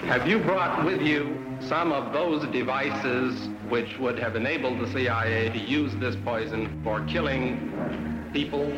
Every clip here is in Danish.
Have you brought with you some of those devices which would have enabled the CIA to use this poison for killing people?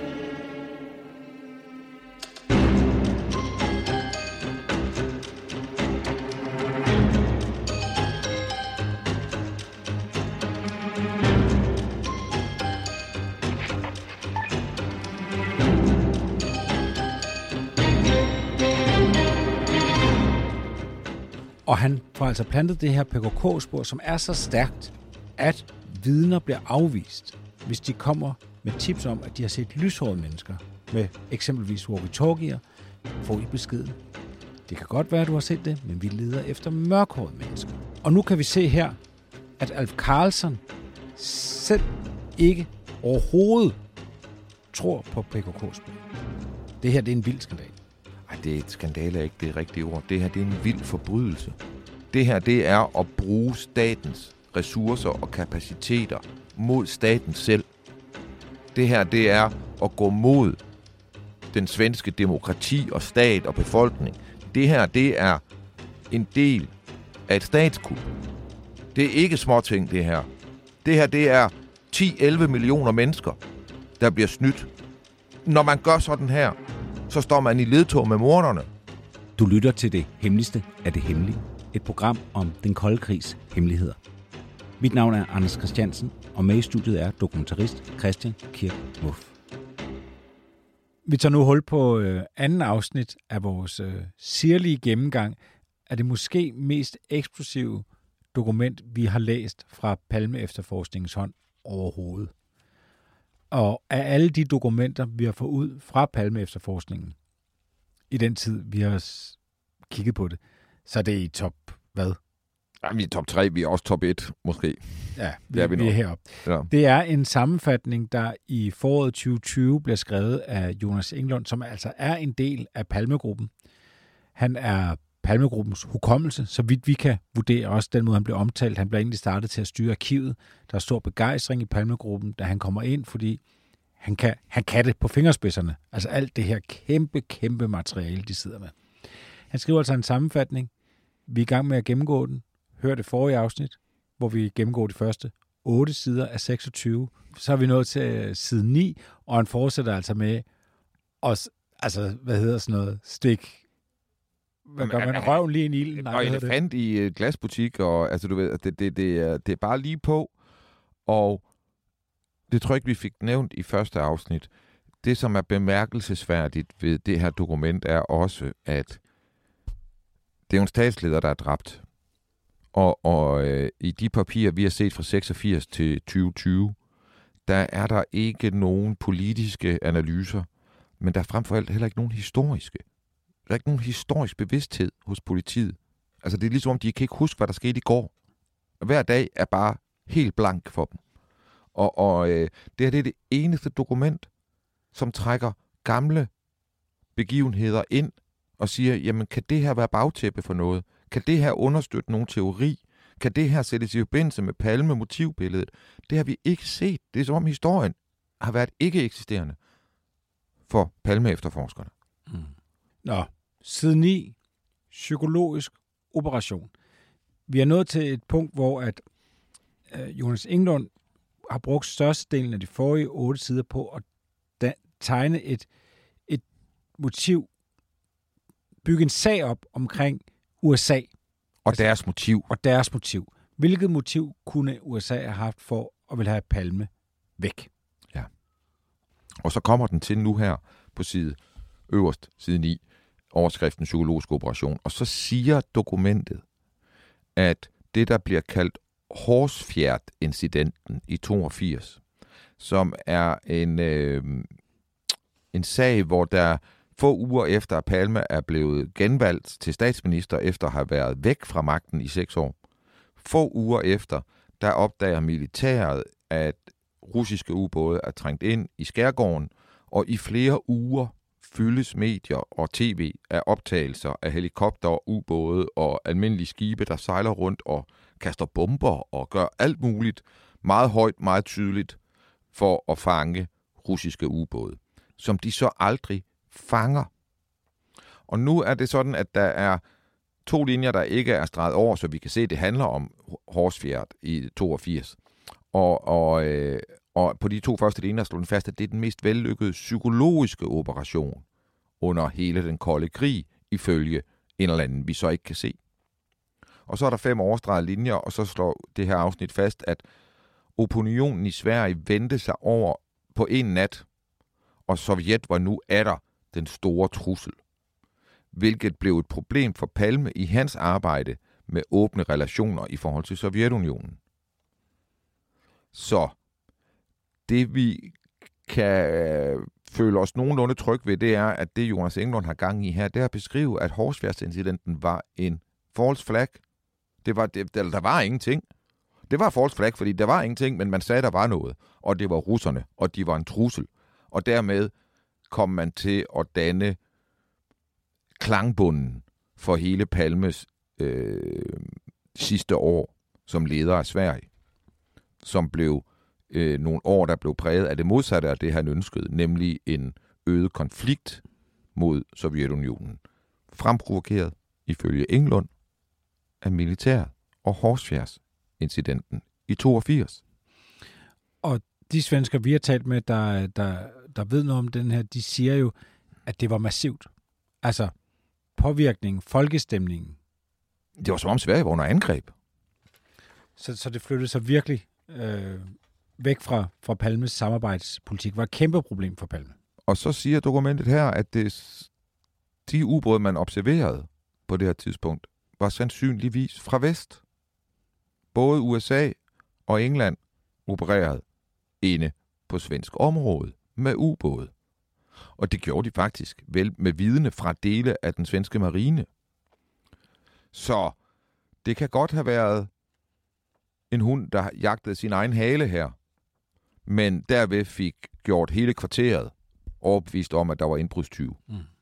Og han får altså plantet det her PKK-spor, som er så stærkt, at vidner bliver afvist, hvis de kommer med tips om, at de har set lyshårede mennesker med eksempelvis walkie-talkier, får I beskeden. Det kan godt være, at du har set det, men vi leder efter mørkhårede mennesker. Og nu kan vi se her, at Alf Karlsson selv ikke overhovedet tror på PKK-spor. Det her, det er en vild skandal. Ej, det er et skandale, ikke det rigtige ord. Det her, det er en vild forbrydelse. Det her, det er at bruge statens ressourcer og kapaciteter mod staten selv. Det her, det er at gå mod den svenske demokrati og stat og befolkning. Det her, det er en del af et statskup. Det er ikke småting, det her. Det her, det er 10-11 millioner mennesker, der bliver snydt. Når man gør sådan her, så står man i ledtog med morderne. Du lytter til det hemmeligste af det hemmelige. Et program om den kolde krigs hemmeligheder. Mit navn er Anders Christiansen, og med i studiet er dokumentarist Christian Kirk Muff. Vi tager nu hul på anden afsnit af vores sirlige gennemgang af det måske mest eksplosive dokument, vi har læst fra Palme-efterforskningens hånd overhovedet. Og af alle de dokumenter, vi har fået ud fra Palme-efterforskningen, i den tid, vi har kigget på det, så er det i top, hvad? Ja, vi er top 3, vi er også top 1, måske. Ja, vi er heroppe. Ja. Det er en sammenfatning, der i foråret 2020 blev skrevet af Jonas Englund, som altså er en del af Palmegruppen. Han er Palmegruppens hukommelse, så vidt vi kan vurdere også den måde, han blev omtalt. Han blev egentlig startet til at styre arkivet. Der er stor begejstring i Palmegruppen, da han kommer ind, fordi han kan det på fingerspidserne. Altså alt det her kæmpe materiale, de sidder med. Han skriver altså en sammenfatning. Vi er i gang med at gennemgå den. Hør det forrige afsnit, hvor vi gennemgår de første 8 sider af 26. Så er vi nået til side 9, og han fortsætter altså med at, stik. Hvad gør man? Røven lige ind i ilden? Og elefant i glasbutik, og altså du ved, det er bare lige på. Og det tror jeg ikke, vi fik nævnt i første afsnit. Det, som er bemærkelsesværdigt ved det her dokument, er også, at det er en statsleder, der er dræbt. Og i de papirer, vi har set fra 86 til 2020, der er der ikke nogen politiske analyser, men der er frem for alt heller ikke nogen historiske. Der er ikke nogen historisk bevidsthed hos politiet. Altså det er ligesom om, de kan ikke huske, hvad der skete i går. Og hver dag er bare helt blank for dem. Og det her, det er det eneste dokument, som trækker gamle begivenheder ind og siger, jamen kan det her være bagtæppe for noget? Kan det her understøtte nogen teori? Kan det her sættes i forbindelse med Palme-motivbilledet? Det har vi ikke set. Det er som om historien har været ikke eksisterende for Palme-efterforskerne. Mm. Nå, side 9. Psykologisk operation. Vi er nået til et punkt, hvor at Jonas Englund har brugt størstedelen af de forrige 8 sider på at tegne et motiv, bygge en sag op omkring USA. Og deres motiv. Og deres motiv. Hvilket motiv kunne USA have haft for at ville have Palme væk? Ja. Og så kommer den til nu her på øverst, side 9, overskriften psykologisk operation. Og så siger dokumentet, at det, der bliver kaldt Horsfjert-incidenten i 82, som er en sag, hvor der få uger efter, at Palme er blevet genvalgt til statsminister, efter at have været væk fra magten i 6 år. Få uger efter, der opdager militæret, at russiske ubåde er trængt ind i skærgården, og i flere uger fyldes medier og tv af optagelser af helikopter, ubåde og almindelige skibe, der sejler rundt og kaster bomber og gør alt muligt meget højt, meget tydeligt for at fange russiske ubåde, som de så aldrig fanger. Og nu er det sådan, at der er 2 linjer, der ikke er streget over, så vi kan se, at det handler om Horsfjord i 82. Og på de 2 første linjer slår den fast, at det er den mest vellykkede psykologiske operation under hele den kolde krig, ifølge en eller anden, vi så ikke kan se. Og så er der 5 overstregede linjer, og så slår det her afsnit fast, at opinionen i Sverige vendte sig over på en nat, og Sovjet var nu atter den store trussel, hvilket blev et problem for Palme i hans arbejde med åbne relationer i forhold til Sovjetunionen. Så det vi kan føle os nogenlunde tryg ved, det er, at det Jonas Englund har gang i her, det er at beskrive, at Horsfjordsincidenten var en false flag. Der var ingenting. Det var false flag, fordi der var ingenting, men man sagde, der var noget. Og det var russerne, og de var en trussel. Og dermed kom man til at danne klangbunden for hele Palmes sidste år som leder af Sverige, som blev nogle år, der blev præget af det modsatte af det, han ønskede, nemlig en øget konflikt mod Sovjetunionen, fremprovokeret ifølge Englund af militæret og Horsfjordsincidenten i 82. Og de svensker, vi har talt med, der ved noget om den her, de siger jo, at det var massivt. Altså påvirkningen, folkestemningen. Det var som om Sverige var under angreb. Så det flyttede sig virkelig væk fra Palmes samarbejdspolitik. Var et kæmpe problem for Palme. Og så siger dokumentet her, at de ubåde, man observerede på det her tidspunkt, var sandsynligvis fra vest. Både USA og England opererede inde på svensk område med ubåde. Og det gjorde de faktisk vel med vidne fra dele af den svenske marine. Så det kan godt have været en hund, der jagtede sin egen hale her, men derved fik gjort hele kvarteret overbevist om, at der var indbrudstyve.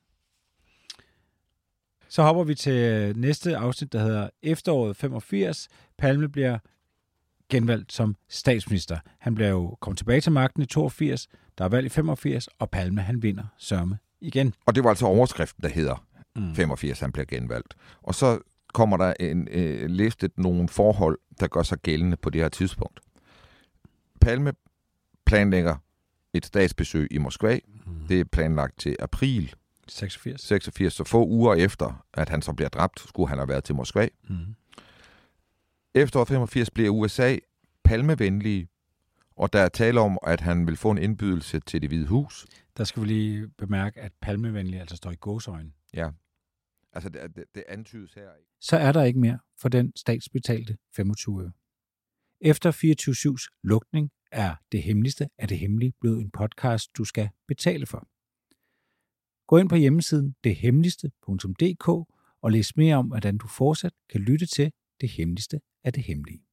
Så hopper vi til næste afsnit, der hedder Efteråret 85. Palme bliver genvalgt som statsminister. Han bliver jo kommet tilbage til magten i 82, der er valg i 85, og Palme han vinder sørme igen. Og det var altså overskriften, der hedder 85, han bliver genvalgt. Og så kommer der listet nogle forhold, der gør sig gældende på det her tidspunkt. Palme planlægger et statsbesøg i Moskva. Det er planlagt til april 86, så få uger efter, at han så bliver dræbt, skulle han have været til Moskva. Efter 85 bliver USA palmevenlige, og der er tale om, at han vil få en indbydelse til Det Hvide Hus. Der skal vi lige bemærke, at palmevenlige altså står i gåseøjne. Ja, altså det antydes her. Så er der ikke mere for den statsbetalte 25 øre. Efter 24/7's lukning er Det Hemmeligste af det Hemmelige blevet en podcast, du skal betale for. Gå ind på hjemmesiden dethemmeligste.dk og læs mere om, hvordan du fortsat kan lytte til Det Hemmeligste af det Hemmelige.